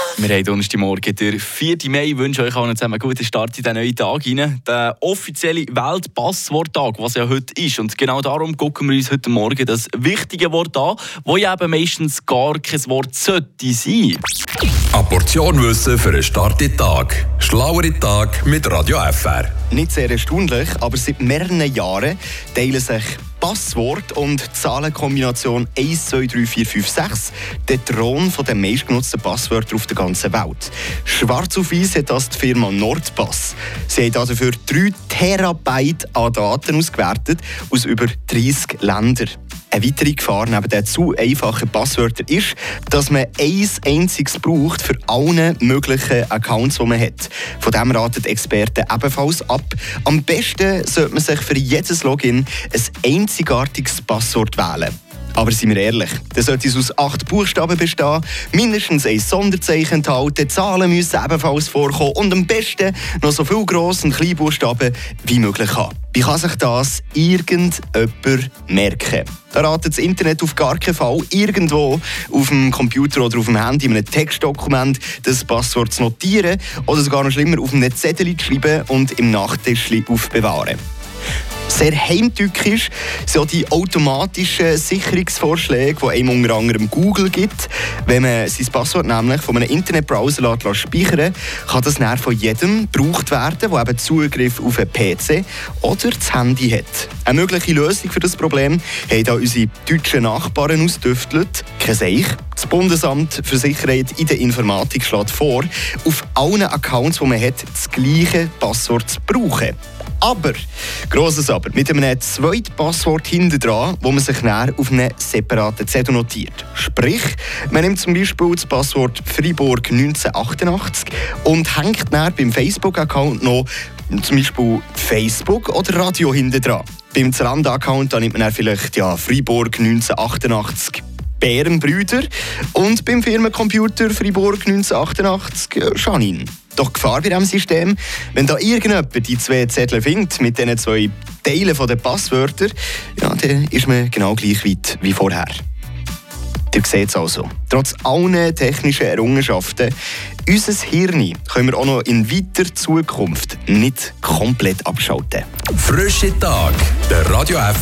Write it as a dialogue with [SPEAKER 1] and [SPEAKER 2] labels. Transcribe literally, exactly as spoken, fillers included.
[SPEAKER 1] Wir haben Donnerstagmorgen, der vierten Mai. Ich wünsche euch allen zusammen einen guten Start in den neuen Tag rein. Der offizielle Weltpassworttag, was ja heute ist. Und genau darum gucken wir uns heute Morgen das wichtige Wort an, das ja eben meistens gar kein Wort sollte sein.
[SPEAKER 2] Eine Portion Wissen für einen Start in den Tag. Schlauere Tag mit Radio F R.
[SPEAKER 3] Nicht sehr erstaunlich, aber seit mehreren Jahren teilen sich Passwort und Zahlenkombination eins, zwei, drei, vier, fünf, sechs der Thron der meistgenutzten Passwörter auf der ganzen Welt. Schwarz auf weiß hat das die Firma Nordpass. Sie haben dafür drei Terabyte an Daten ausgewertet aus über dreißig Ländern. Eine weitere Gefahr neben den zu einfachen Passwörtern ist, dass man ein einziges braucht für alle möglichen Accounts, die man hat. Von dem raten die Experten ebenfalls ab. Am besten sollte man sich für jedes Login ein einzigartiges Passwort wählen. Aber seien wir ehrlich, dann sollte es aus acht Buchstaben bestehen, mindestens ein Sonderzeichen enthalten, Zahlen müssen ebenfalls vorkommen und am besten noch so viele Gross- und Kleinbuchstaben wie möglich haben. Wie kann sich das irgendjemand merken? Da ratet das Internet auf gar keinen Fall, irgendwo auf dem Computer oder auf dem Handy in einem Textdokument das Passwort zu notieren oder sogar noch schlimmer auf einem Zettel zu schreiben und im Nachttischchen aufbewahren. Sehr heimtückisch sind auch die automatischen Sicherungsvorschläge, die einem unter anderem Google gibt. Wenn man sein Passwort nämlich von einem Internetbrowser speichern lässt, kann das dann von jedem gebraucht werden, der eben Zugriff auf einen P C oder das Handy hat. Eine mögliche Lösung für das Problem haben da unsere deutschen Nachbarn ausgetüftelt. Kein Seich. Das Bundesamt für Sicherheit in der Informatik schlägt vor, auf allen Accounts, die man hat, das gleiche Passwort zu brauchen. Aber, grosses Aber, mit einem zweiten Passwort hinten dran, wo man sich dann auf einen separaten Zettel notiert. Sprich, man nimmt zum Beispiel das Passwort Fribourg neunzehnhundertachtundachtzig und hängt dann beim Facebook-Account noch zum Beispiel Facebook oder Radio hinten dran. Beim Zalando-Account nimmt man dann vielleicht ja, Fribourg neunzehnhundertachtundachtzig Bärenbrüder und beim Firmencomputer Fribourg neunzehnhundertachtundachtzig Janine. Doch Gefahr bei diesem System, wenn da irgendjemand die zwei Zettel findet mit diesen zwei Teilen der Passwörter, ja, dann ist man genau gleich weit wie vorher. Ihr seht es also. Trotz allen technischen Errungenschaften, unser Hirn können wir auch noch in weiter Zukunft nicht komplett abschalten.
[SPEAKER 2] Frische Tag, der Radio F R